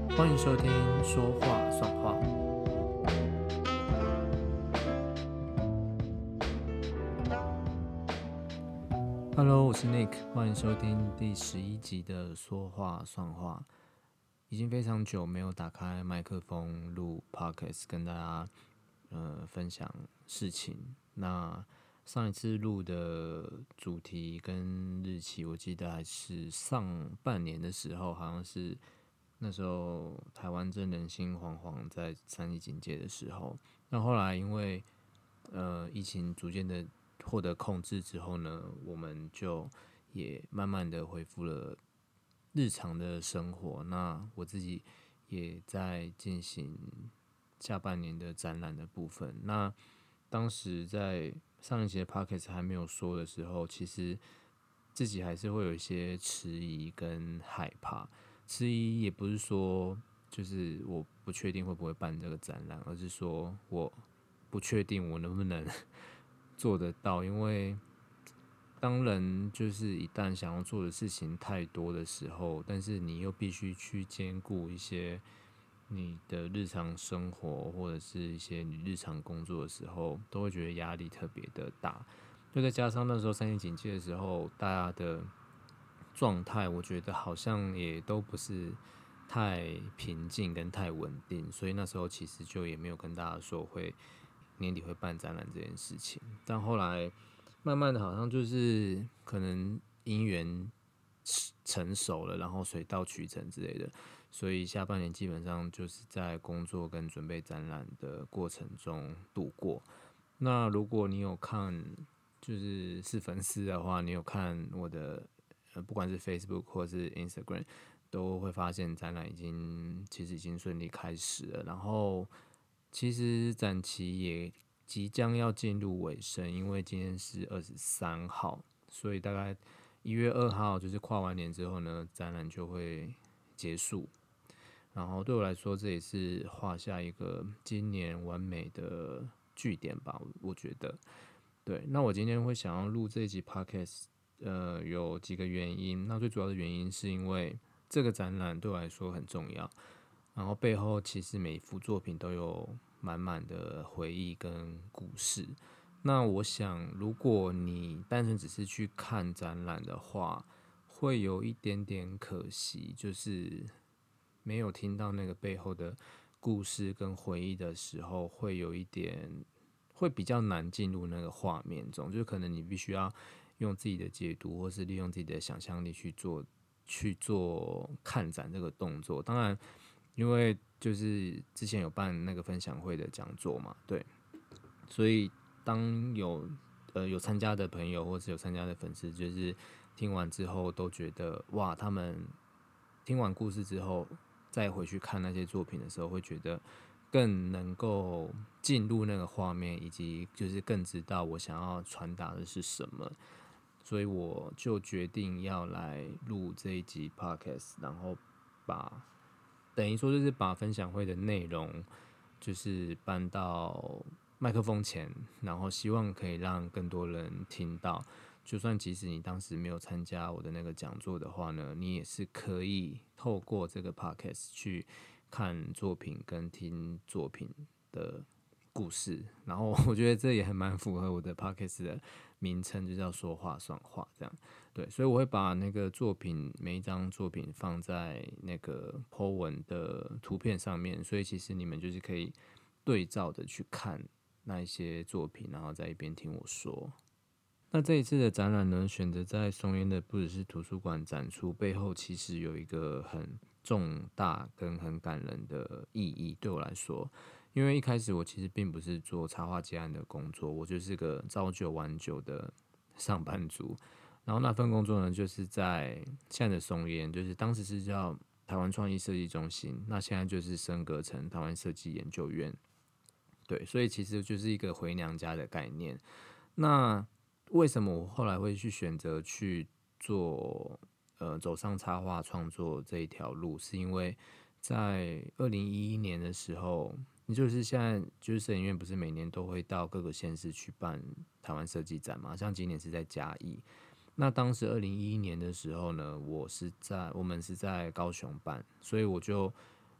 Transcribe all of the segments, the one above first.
欢迎收听说话算话。Hello， 我是 Nick， 欢迎收听第11集的说话算话。已经非常久没有打开麦克风录 Podcast 跟大家分享事情。那上一次录的主题跟日期，我记得还是上半年的时候，好像是那时候台湾正人心惶惶在3级警戒的时候。那后来因为疫情逐渐的获得控制之后呢，我们就也慢慢的恢复了日常的生活。那我自己也在进行下半年的展览的部分。那当时在上一节 podcast 还没有说的时候，其实自己还是会有一些迟疑跟害怕。迟疑也不是说就是我不确定会不会办这个展览，而是说我不确定我能不能做得到。因为当人就是一旦想要做的事情太多的时候，但是你又必须去兼顾一些你的日常生活或者是一些你日常工作的时候，都会觉得压力特别的大。就再加上那时候3级警戒的时候，大家的状态，我觉得好像也都不是太平静跟太稳定，所以那时候其实就也没有跟大家说会年底会办展览这件事情。但后来慢慢的，好像就是可能因缘成熟了，然后水到渠成之类的，所以下半年基本上就是在工作跟准备展览的过程中度过。那如果你有看，是粉丝的话，你有看我的不管是 Facebook 或是 Instagram，都会发现展览其实已经顺利开始了。然后其实展期也即将要进入尾声，因为今天是23号，所以大概1月2号就是跨完年之后呢，展览就会结束。然后对我来说，这也是画下一个今年完美的句点吧，我觉得。对，那我今天会想要录这一集 podcast，有几个原因。那最主要的原因是因为这个展览对我来说很重要，然后背后其实每一幅作品都有满满的回忆跟故事。那我想，如果你单纯只是去看展览的话，会有一点点可惜，就是没有听到那个背后的故事跟回忆的时候，会比较难进入那个画面中，就可能你必须要用自己的解读，或是利用自己的想象力去做看展这个动作。当然，因为就是之前有办那个分享会的讲座嘛，对，所以当有参加的朋友或是有参加的粉丝，就是听完之后都觉得哇，他们听完故事之后，再回去看那些作品的时候，会觉得更能够进入那个画面，以及就是更知道我想要传达的是什么。所以我就决定要来录这一集 podcast，然后等于说就是把分享会的内容就是搬到麦克风前，然后希望可以让更多人听到。就算即使你当时没有参加我的那个讲座的话呢，你也是可以透过这个 podcast 去看作品跟听作品的故事。然后我觉得这也还蛮符合我的 podcast 的名称，就叫说话算话这样。对，所以我会把那个每一张作品放在那个 po 文的图片上面，所以其实你们就是可以对照的去看那一些作品，然后在一边听我说。那这一次的展览呢，选择在松烟的不只是图书馆展出，背后其实有一个很重大跟很感人的意义，对我来说。因为一开始我其实并不是做插画接案的工作，我就是个朝九晚九的上班族。然后那份工作呢，就是在现在的松烟，就是当时是叫台湾创意设计中心，那现在就是升格成台湾设计研究院。对，所以其实就是一个回娘家的概念。那为什么我后来会去选择去做走上插画创作这一条路？是因为在2011年的时候，就是现在就是摄影院不是每年都会到各个县市去办台湾设计展嘛？像今年是在嘉义。那当时2011年的时候呢，我们是在高雄办，所以我就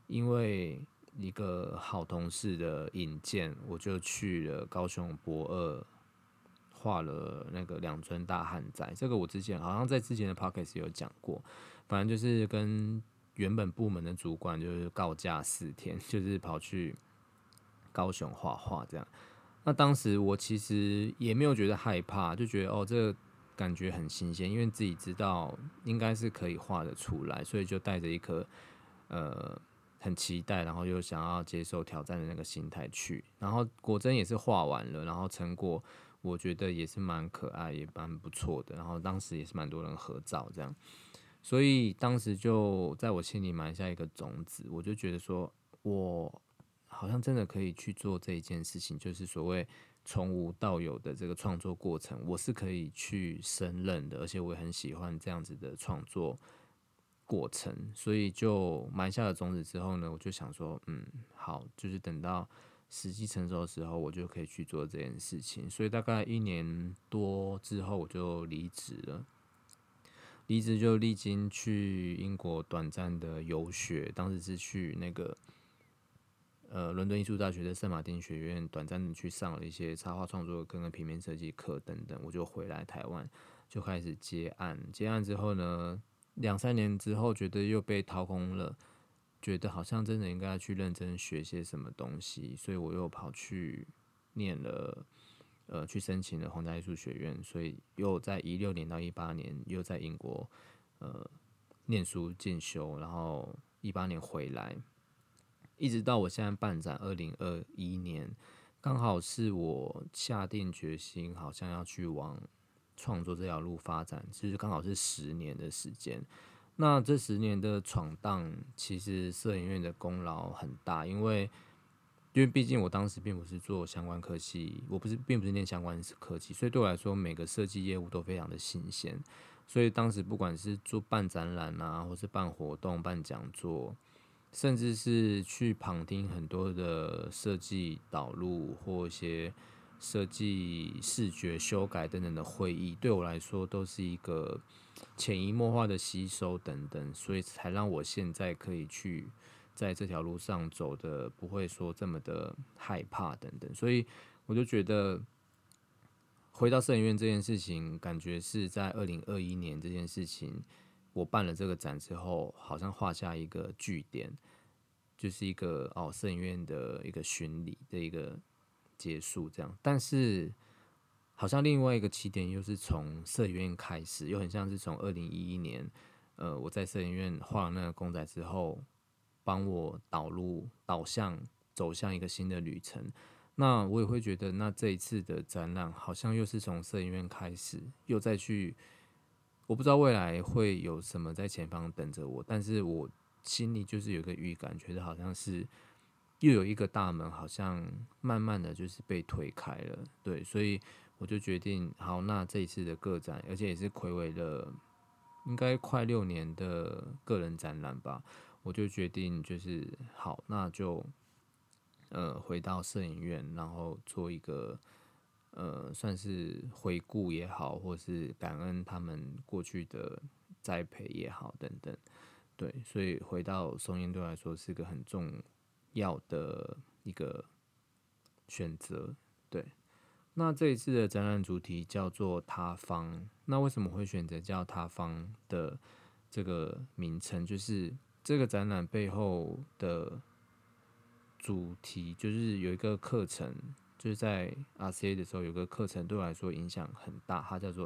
因为一个好同事的引荐，我就去了高雄博二画了那个两尊大汉仔。这个我之前好像在之前的 podcast 有讲过，反正就是跟原本部门的主管就是告假4天，就是跑去高雄画画这样。那当时我其实也没有觉得害怕，就觉得哦，这个感觉很新鲜，因为自己知道应该是可以画得出来，所以就带着一颗很期待，然后又想要接受挑战的那个心态去。然后果真也是画完了，然后成果我觉得也是蛮可爱，也蛮不错的。然后当时也是蛮多人合照这样，所以当时就在我心里埋下一个种子，我就觉得说我好像真的可以去做这一件事情，就是所谓从无到有的这个创作过程，我是可以去胜任的，而且我也很喜欢这样子的创作过程，所以就埋下了种子之后呢，我就想说，好，就是等到时机成熟的时候，我就可以去做这件事情。所以大概1年多之后，我就离职了。离职就历经去英国短暂的游学，当时是去那个伦敦艺术大学的圣马丁学院，短暂的去上了一些插画创作跟平面设计课等等，我就回来台湾，就开始接案。接案之后呢，2、3年之后，觉得又被掏空了，觉得好像真的应该要去认真学些什么东西，所以我又跑去念了，去申请了皇家艺术学院，所以又在16年到18年又在英国念书进修，然后18年回来。一直到我现在办展，2021年，刚好是我下定决心，好像要去往创作这条路发展，就是刚好是10年的时间。那这10年的闯荡，其实摄影院的功劳很大，因为毕竟我当时并不是做相关科系，并不是念相关科技，所以对我来说，每个设计业务都非常的新鲜。所以当时不管是做办展览啊，或是办活动、办讲座，甚至是去旁听很多的设计导入或一些设计视觉修改等等的会议，对我来说都是一个潜移默化的吸收等等，所以才让我现在可以去在这条路上走的不会说这么的害怕等等，所以我就觉得回到摄影院这件事情，感觉是在2021年这件事情，我办了这个展之后，好像画下一个句点，就是一个摄影院的一个巡礼的一个结束这样。但是好像另外一个起点又是从摄影院开始，又很像是从2011年，我在摄影院画了那个公仔之后，帮我走向一个新的旅程。那我也会觉得，那这一次的展览好像又是从摄影院开始，又再去，我不知道未来会有什么在前方等着我，但是我心里就是有一个预感，觉得好像是又有一个大门，好像慢慢的就是被推开了，对，所以我就决定，好，那这一次的个展，而且也是睽违了应该快6年的个人展览吧，我就决定就是好，那就回到摄影院，然后做一个算是回顾也好，或是感恩他们过去的栽培也好等等。对，所以回到松烟对我来说是个很重要的一个选择。对，那这一次的展览主题叫做他方。那为什么会选择叫他方的这个名称？就是这个展览背后的主题，就是有一个课程，就是在 RCA 的时候有个课程对我来说影响很大，它叫做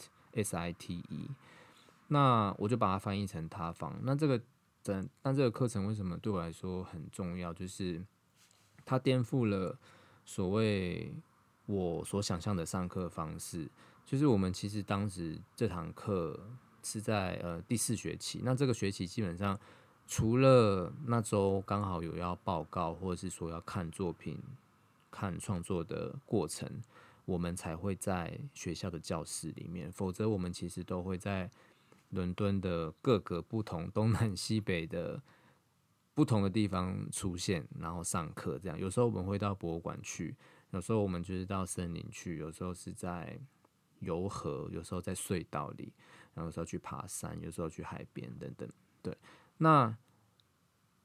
SITE。那我就把它翻译成他方。但这个课程为什么对我来说很重要？就是它颠覆了所谓我所想象的上课方式。就是我们其实当时这堂课是在第4学期，那这个学期基本上除了那周刚好有要报告，或者是说要看作品、看创作的过程，我们才会在学校的教室里面，否则我们其实都会在伦敦的各个不同东南西北的不同的地方出现，然后上课这样。有时候我们会到博物馆去，有时候我们就是到森林去，有时候是在游河，有时候在隧道里，然后有时候去爬山，有时候去海边等等。对，那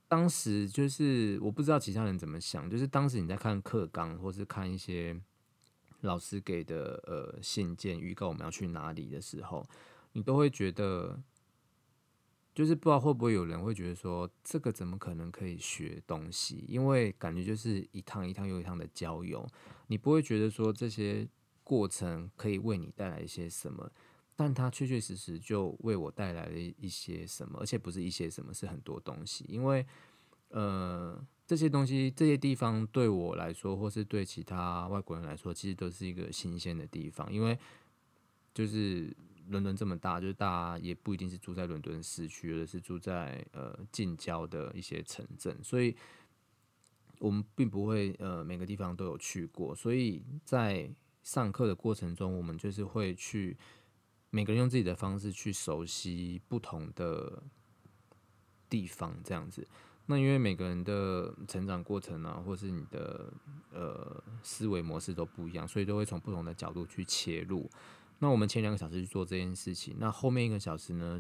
当时就是我不知道其他人怎么想，就是当时你在看课纲或是看一些老师给的信件预告我们要去哪里的时候，你都会觉得，就是不知道会不会有人会觉得说，这个怎么可能可以学东西？因为感觉就是一趟一趟又一趟的郊游，你不会觉得说这些过程可以为你带来一些什么，但它确确实实就为我带来了一些什么，而且不是一些什么，是很多东西。因为这些东西、这些地方对我来说，或是对其他外国人来说，其实都是一个新鲜的地方。因为就是伦敦这么大，就是大家也不一定是住在伦敦市区，而是住在近郊的一些城镇，所以我们并不会每个地方都有去过，所以在上课的过程中，我们就是会去每个人用自己的方式去熟悉不同的地方，这样子。那因为每个人的成长过程啊，或是你的思维模式都不一样，所以都会从不同的角度去切入。那我们前2个小时去做这件事情，那后面1个小时呢，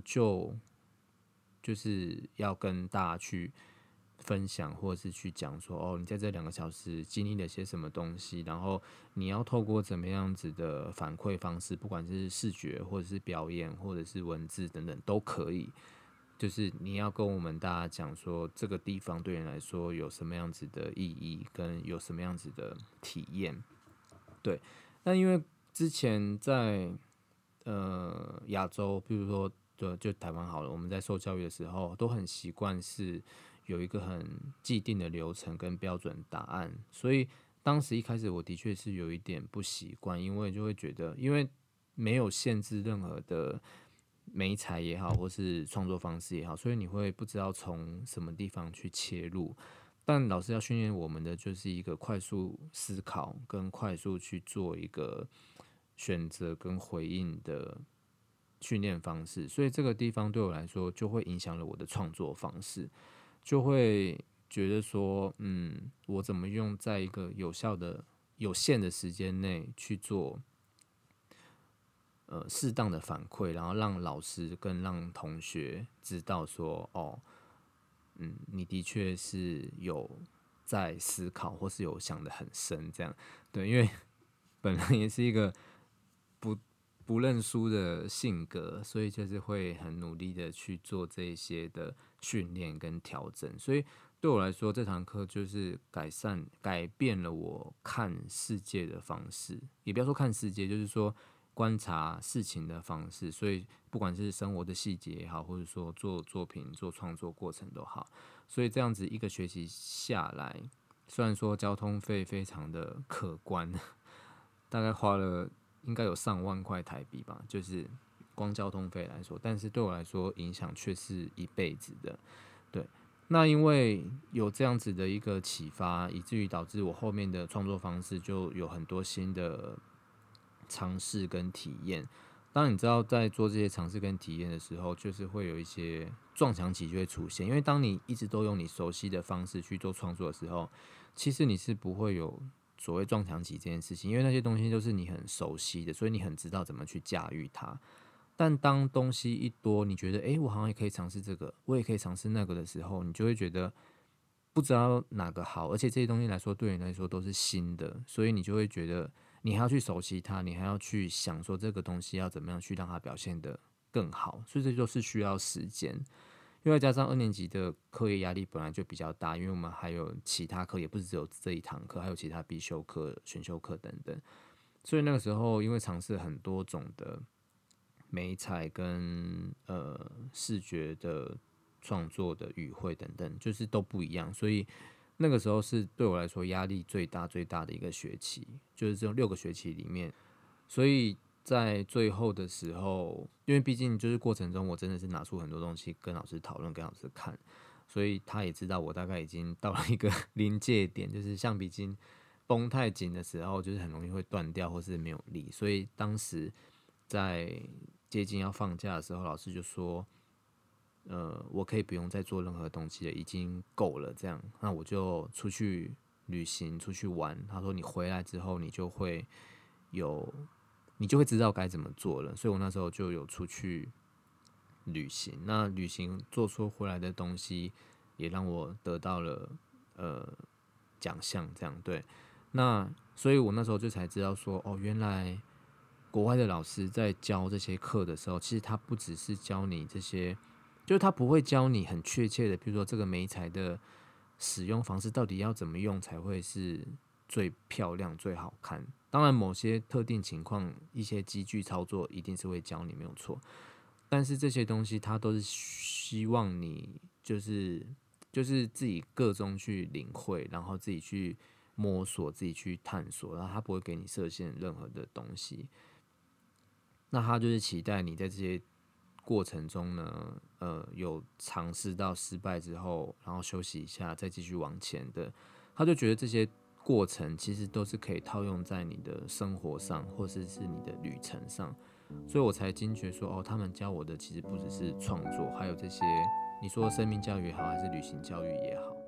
就是要跟大家去分享，或者是去讲说，哦，你在这2个小时经历了些什么东西，然后你要透过怎么样子的反馈方式，不管是视觉，或者是表演，或者是文字等等，都可以。就是你要跟我们大家讲说，这个地方对你来说有什么样子的意义，跟有什么样子的体验。对，那因为之前在亚洲，比如说就台湾好了，我们在受教育的时候都很习惯是有一个很既定的流程跟标准答案，所以当时一开始我的确是有一点不习惯，因为就会觉得，因为没有限制任何的媒材也好，或是创作方式也好，所以你会不知道从什么地方去切入。但老师要训练我们的就是一个快速思考跟快速去做一个选择跟回应的训练方式，所以这个地方对我来说就会影响了我的创作方式，就会觉得说，我怎么用在一个有效的、有限的时间内去做适当的反馈，然后让老师跟让同学知道说，哦，你的确是有在思考，或是有想得很深，这样对，因为本来也是一个不不认输的性格，所以就是会很努力的去做这一些的训练跟调整，所以对我来说，这堂课就是改变了我看世界的方式，也不要说看世界，就是说观察事情的方式。所以不管是生活的细节也好，或者说做作品、做创作过程都好，所以这样子一个学期下来，虽然说交通费非常的可观，大概花了应该有上万块台币吧，就是光交通费来说，但是对我来说影响却是一辈子的。对，那因为有这样子的一个启发，以至于导致我后面的创作方式就有很多新的尝试跟体验。当你知道在做这些尝试跟体验的时候，就是会有一些撞墙期就会出现。因为当你一直都用你熟悉的方式去做创作的时候，其实你是不会有所谓撞墙期这件事情，因为那些东西都是你很熟悉的，所以你很知道怎么去驾驭它。但当东西一多，你觉得我好像也可以尝试这个，我也可以尝试那个的时候，你就会觉得不知道哪个好，而且这些东西来说对你来说都是新的，所以你就会觉得你还要去熟悉它，你还要去想说这个东西要怎么样去让它表现得更好，所以这就是需要时间。因为加上2年级的课业压力本来就比较大，因为我们还有其他课，也不是只有这一堂课，还有其他必修课、选修课等等。所以那个时候，因为尝试很多种的媒材跟视觉的创作的语汇等等，就是都不一样，所以那个时候是对我来说压力最大最大的一个学期，就是这种6个学期里面，所以在最后的时候，因为毕竟就是过程中，我真的是拿出很多东西跟老师讨论，跟老师看，所以他也知道我大概已经到了一个临界点，就是橡皮筋绷太紧的时候，就是很容易会断掉或是没有力。所以当时在接近要放假的时候，老师就说：我可以不用再做任何东西了，已经够了。这样，那我就出去旅行，出去玩。他说你回来之后，有，你就会知道该怎么做了。所以我那时候就有出去旅行。那旅行做出回来的东西， 也让我得到了奖项，这样对。那所以我那时候就才知道说，哦，原来国外的老师在教这些课的时候，其实他不只是教你这些，就是他不会教你很确切的，比如说这个媒材的使用方式到底要怎么用才会是最漂亮、最好看。当然，某些特定情况，一些机具操作一定是会教你，没有错。但是这些东西，它都是希望你就是自己个中去领会，然后自己去摸索、自己去探索，然后他不会给你设限任何的东西。那他就是期待你在这些过程中呢，有尝试到失败之后，然后休息一下，再继续往前的。他就觉得这些过程其实都是可以套用在你的生活上，或者是你的旅程上。所以我才惊觉说，哦，他们教我的其实不只是创作，还有这些你说生命教育也好，还是旅行教育也好。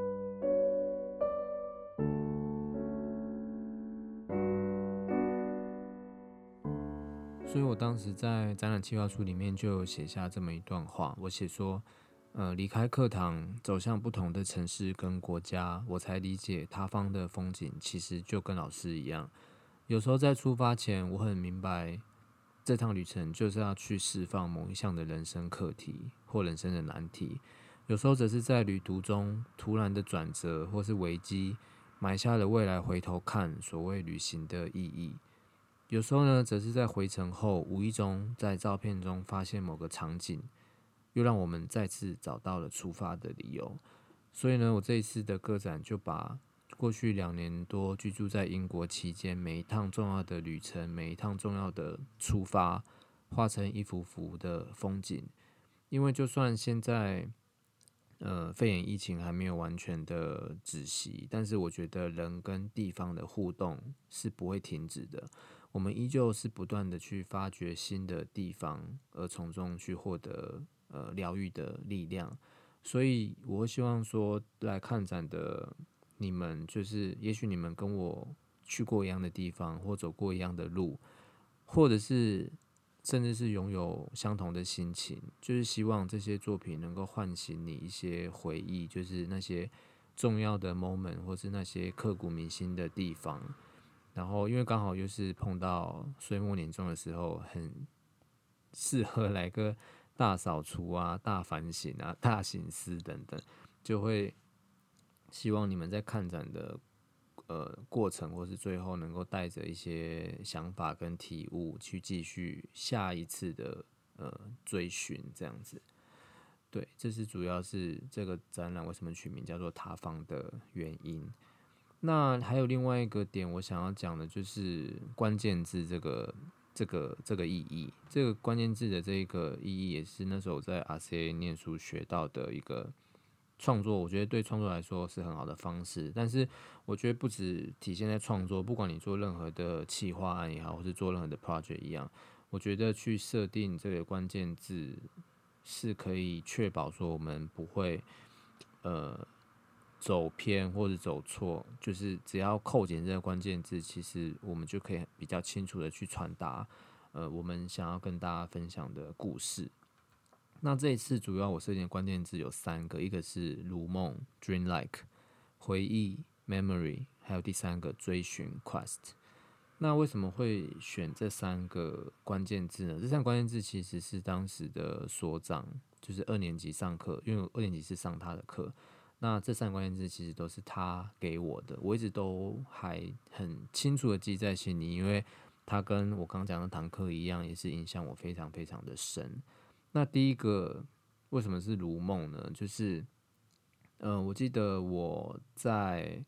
所以我当时在展览计划书里面就有写下这么一段话，我写说，离开课堂，走向不同的城市跟国家，我才理解他方的风景其实就跟老师一样。有时候在出发前，我很明白这趟旅程就是要去释放某一项的人生课题或人生的难题。有时候则是在旅途中突然的转折或是危机，埋下了未来回头看所谓旅行的意义。有时候呢，则是在回程后，无意中在照片中发现某个场景，又让我们再次找到了出发的理由。所以呢，我这一次的个展就把过去2年多居住在英国期间每一趟重要的旅程，每一趟重要的出发，画成一幅幅的风景。因为就算现在肺炎疫情还没有完全的止息，但是我觉得人跟地方的互动是不会停止的。我们依旧是不断的去发掘新的地方，而从中去获得疗愈的力量。所以我会希望说，来看展的你们，就是也许你们跟我去过一样的地方，或走过一样的路，或者是甚至是拥有相同的心情，就是希望这些作品能够唤醒你一些回忆，就是那些重要的 moment，或是那些刻骨铭心的地方。然后因为刚好又是碰到岁末年终的时候，很适合来个大扫除啊、大反省啊、大醒思等等，就会希望你们在看展的过程或是最后，能够带着一些想法跟体悟去继续下一次的追寻，这样子。对，这是主要是这个展览为什么取名叫做“他方”的原因。那还有另外一个点，我想要讲的就是关键字这个意义。这个关键字的这个意义，也是那时候我在 RCA 念书学到的一个创作。我觉得对创作来说是很好的方式，但是我觉得不只体现在创作，不管你做任何的企划案也好，或是做任何的 project 一样，我觉得去设定这个关键字是可以确保说我们不会走偏或者走错，就是只要扣紧这个关键字，其实我们就可以比较清楚的去传达，我们想要跟大家分享的故事。那这一次主要我设定的关键字有3个，一个是如梦 （dreamlike）、回忆 （memory），还有第3个追寻 （quest）。那为什么会选这3个关键字呢？这3个关键字其实是当时的所长，就是2年级上课，因为我2年级是上他的课。那这3个关键字其实都是他给我的，我一直都还很清楚的记在心里，因为他跟我刚讲的堂课一样，也是影响我非常非常的深。那第一个为什么是如梦呢？就是，我记得我在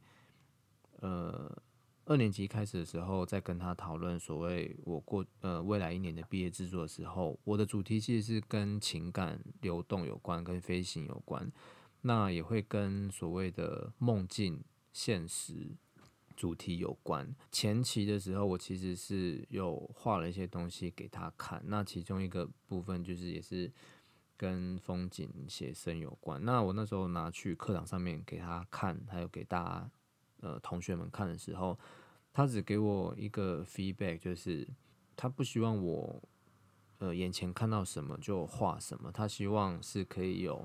2年级开始的时候，在跟他讨论所谓我未来1年的毕业制作的时候，我的主题其实是跟情感流动有关，跟飞行有关。那也会跟所谓的梦境、现实主题有关。前期的时候，我其实是有画了一些东西给他看，那其中一个部分就是也是跟风景写生有关。那我那时候拿去课堂上面给他看，还有给大家同学们看的时候，他只给我一个 feedback，就是他不希望我眼前看到什么就画什么，他希望是可以有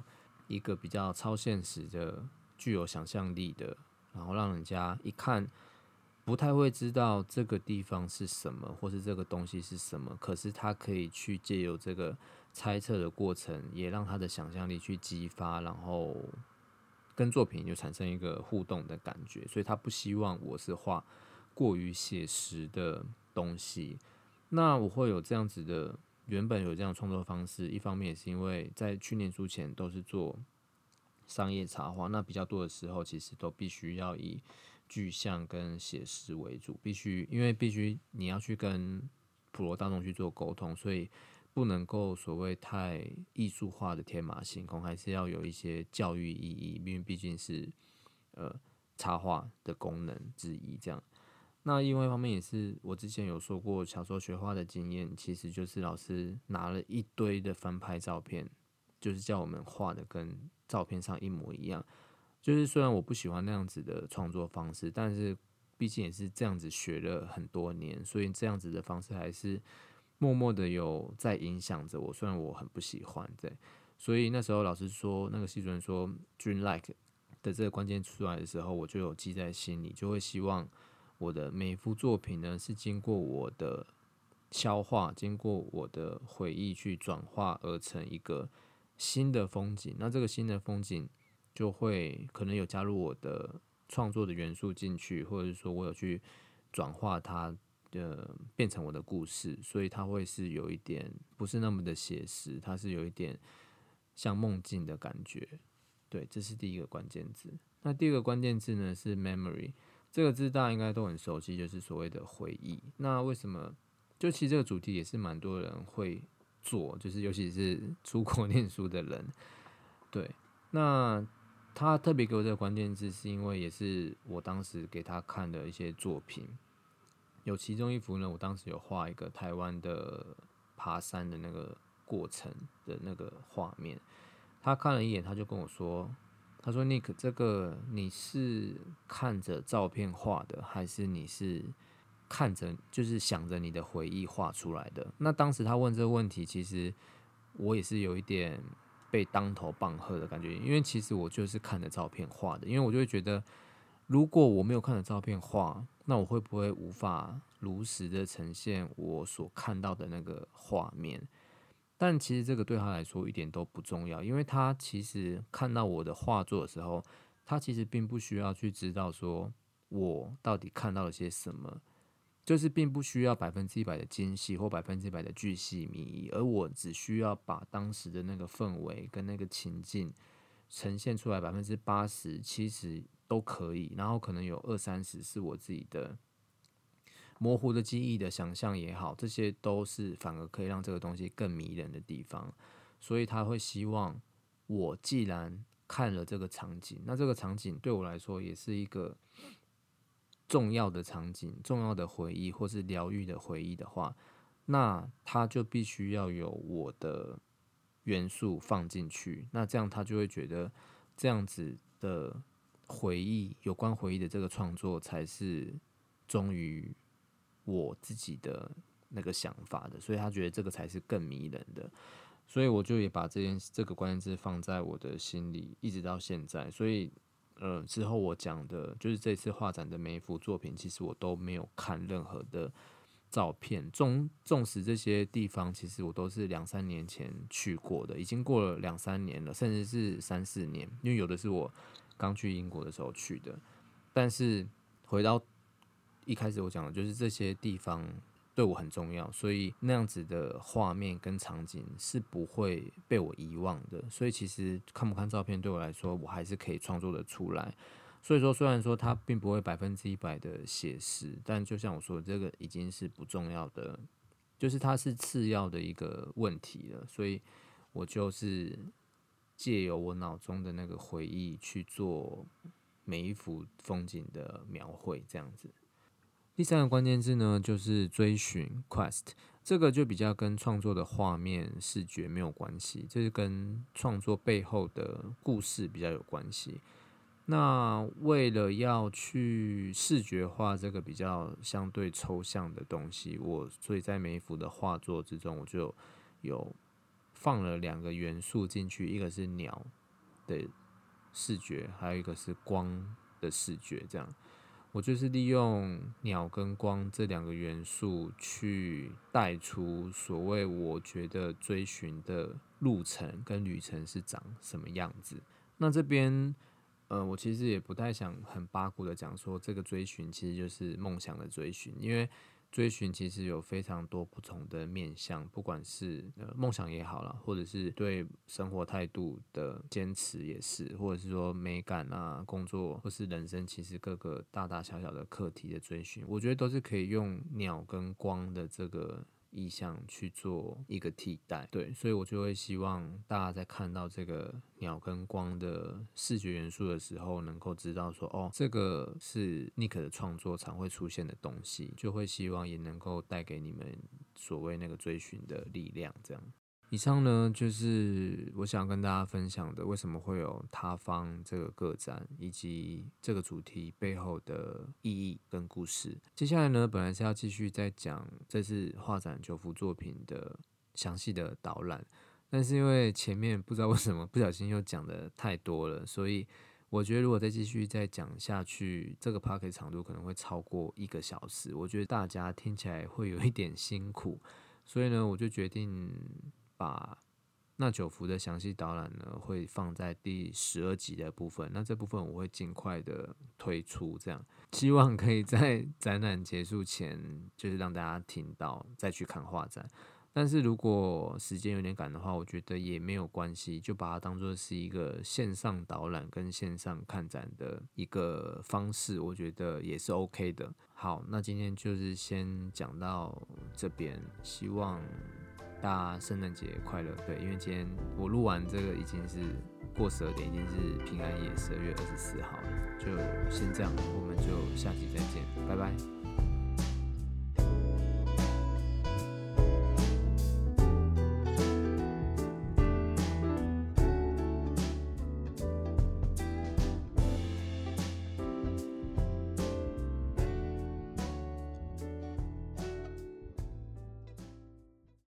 一个比较超现实的、具有想象力的，然后让人家一看不太会知道这个地方是什么，或是这个东西是什么，可是他可以去借由这个猜测的过程，也让他的想象力去激发，然后跟作品就产生一个互动的感觉。所以他不希望我是画过于写实的东西。那我会有这样子的，原本有这样的创作方式，一方面也是因为在去年之前都是做商业插画，那比较多的时候其实都必须要以具象跟写实为主，因为必须你要去跟普罗大众去做沟通，所以不能够所谓太艺术化的天马行空，还是要有一些教育意义，因为毕竟是插画的功能之一这样。那另外一方面也是我之前有说过，小时候学画的经验，其实就是老师拿了一堆的翻拍照片，就是叫我们画的跟照片上一模一样。就是虽然我不喜欢那样子的创作方式，但是毕竟也是这样子学了很多年，所以这样子的方式还是默默的有在影响着我。虽然我很不喜欢，对，所以那时候老师说，那个系主任说 "dream like" 的这个关键出来的时候，我就有记在心里，就会希望我的每一幅作品呢，是经过我的消化，经过我的回忆去转化而成一个新的风景。那这个新的风景就会可能有加入我的创作的元素进去，或者是说我有去转化它变成我的故事，所以它会是有一点不是那么的写实，它是有一点像梦境的感觉。对，这是第一个关键字。那第二个关键字呢是 memory， 这个字大家应该都很熟悉，就是所谓的回忆。那为什么？就其实这个主题也是蛮多人会做，就是尤其是出国念书的人。对，那他特别给我这个关键字，是因为也是我当时给他看的一些作品，有其中一幅呢，我当时有画一个台湾的爬山的那个过程的那个画面，他看了一眼，他就跟我说：“他说 Nick，这个你是看着照片画的，还是你是看着就是想着你的回忆画出来的？”那当时他问这个问题，其实我也是有一点被当头棒喝的感觉，因为其实我就是看着照片画的，因为我就会觉得，如果我没有看着照片画，那我会不会无法如实的呈现我所看到的那个画面？但其实这个对他来说一点都不重要，因为他其实看到我的画作的时候，他其实并不需要去知道说我到底看到了些什么，就是并不需要100%的精细或100%的巨细靡遗，而我只需要把当时的那个氛围跟那个情境呈现出来80%、70%都可以，然后可能有20-30%是我自己的模糊的记忆的想象也好，这些都是反而可以让这个东西更迷人的地方。所以他会希望我既然看了这个场景，那这个场景对我来说也是一个重要的场景、重要的回忆或是疗愈的回忆的话，那他就必须要有我的元素放进去。那这样他就会觉得这样子的回忆，有关回忆的这个创作才是忠于我自己的那个想法的，所以他觉得这个才是更迷人的。所以我就也把这个关键字放在我的心里，一直到现在。所以之后我讲的就是这次画展的每一幅作品，其实我都没有看任何的照片。纵使这些地方，其实我都是2-3年前去过的，已经过了2-3年了，甚至是3-4年，因为有的是我刚去英国的时候去的。但是回到一开始我讲的，就是这些地方对我很重要，所以那样子的画面跟场景是不会被我遗忘的。所以其实看不看照片对我来说，我还是可以创作的出来。所以说，虽然说它并不会100%的写实，但就像我说的，这个已经是不重要的，就是它是次要的一个问题了。所以我就是借由我脑中的那个回忆去做每一幅风景的描绘，这样子。第三个关键字呢，就是追寻 quest， 这个就比较跟创作的画面视觉没有关系，这是跟创作背后的故事比较有关系。那为了要去视觉化这个比较相对抽象的东西，所以在每一幅的画作之中，我就有放了2个元素进去，一个是鸟， 的视觉，还有一个是光的视觉，这样。我就是利用鸟跟光这2个元素去带出所谓我觉得追寻的路程跟旅程是长什么样子。那这边我其实也不太想很八股的讲说这个追寻其实就是梦想的追寻，因为追寻其实有非常多不同的面向，不管是梦想也好啦，或者是对生活态度的坚持也是，或者是说美感啊、工作或是人生，其实各个大大小小的课题的追寻，我觉得都是可以用鸟跟光的这个意象去做一个替代。对，所以我就会希望大家在看到这个鸟跟光的视觉元素的时候，能够知道说，哦，这个是 Nick 的创作常会出现的东西，就会希望也能够带给你们所谓那个追寻的力量。这样，以上呢就是我想跟大家分享的，为什么会有他方这个个展，以及这个主题背后的意义跟故事。接下来呢，本来是要继续再讲这次画展9幅作品的详细的导览，但是因为前面不知道为什么不小心又讲的太多了，所以我觉得如果再继续再讲下去，这个 podcast 长度可能会超过1个小时，我觉得大家听起来会有一点辛苦，所以呢，我就决定把那9幅的详细导览呢，会放在第12集的部分。那这部分我会尽快的推出，这样希望可以在展览结束前，就是让大家听到再去看画展。但是如果时间有点赶的话，我觉得也没有关系，就把它当作是一个线上导览跟线上看展的一个方式，我觉得也是 OK 的。好，那今天就是先讲到这边，希望大家圣诞节快乐。对，因为今天我录完这个已经是过12点，已经是平安夜12月24号了，就先这样，我们就下集再见，拜拜。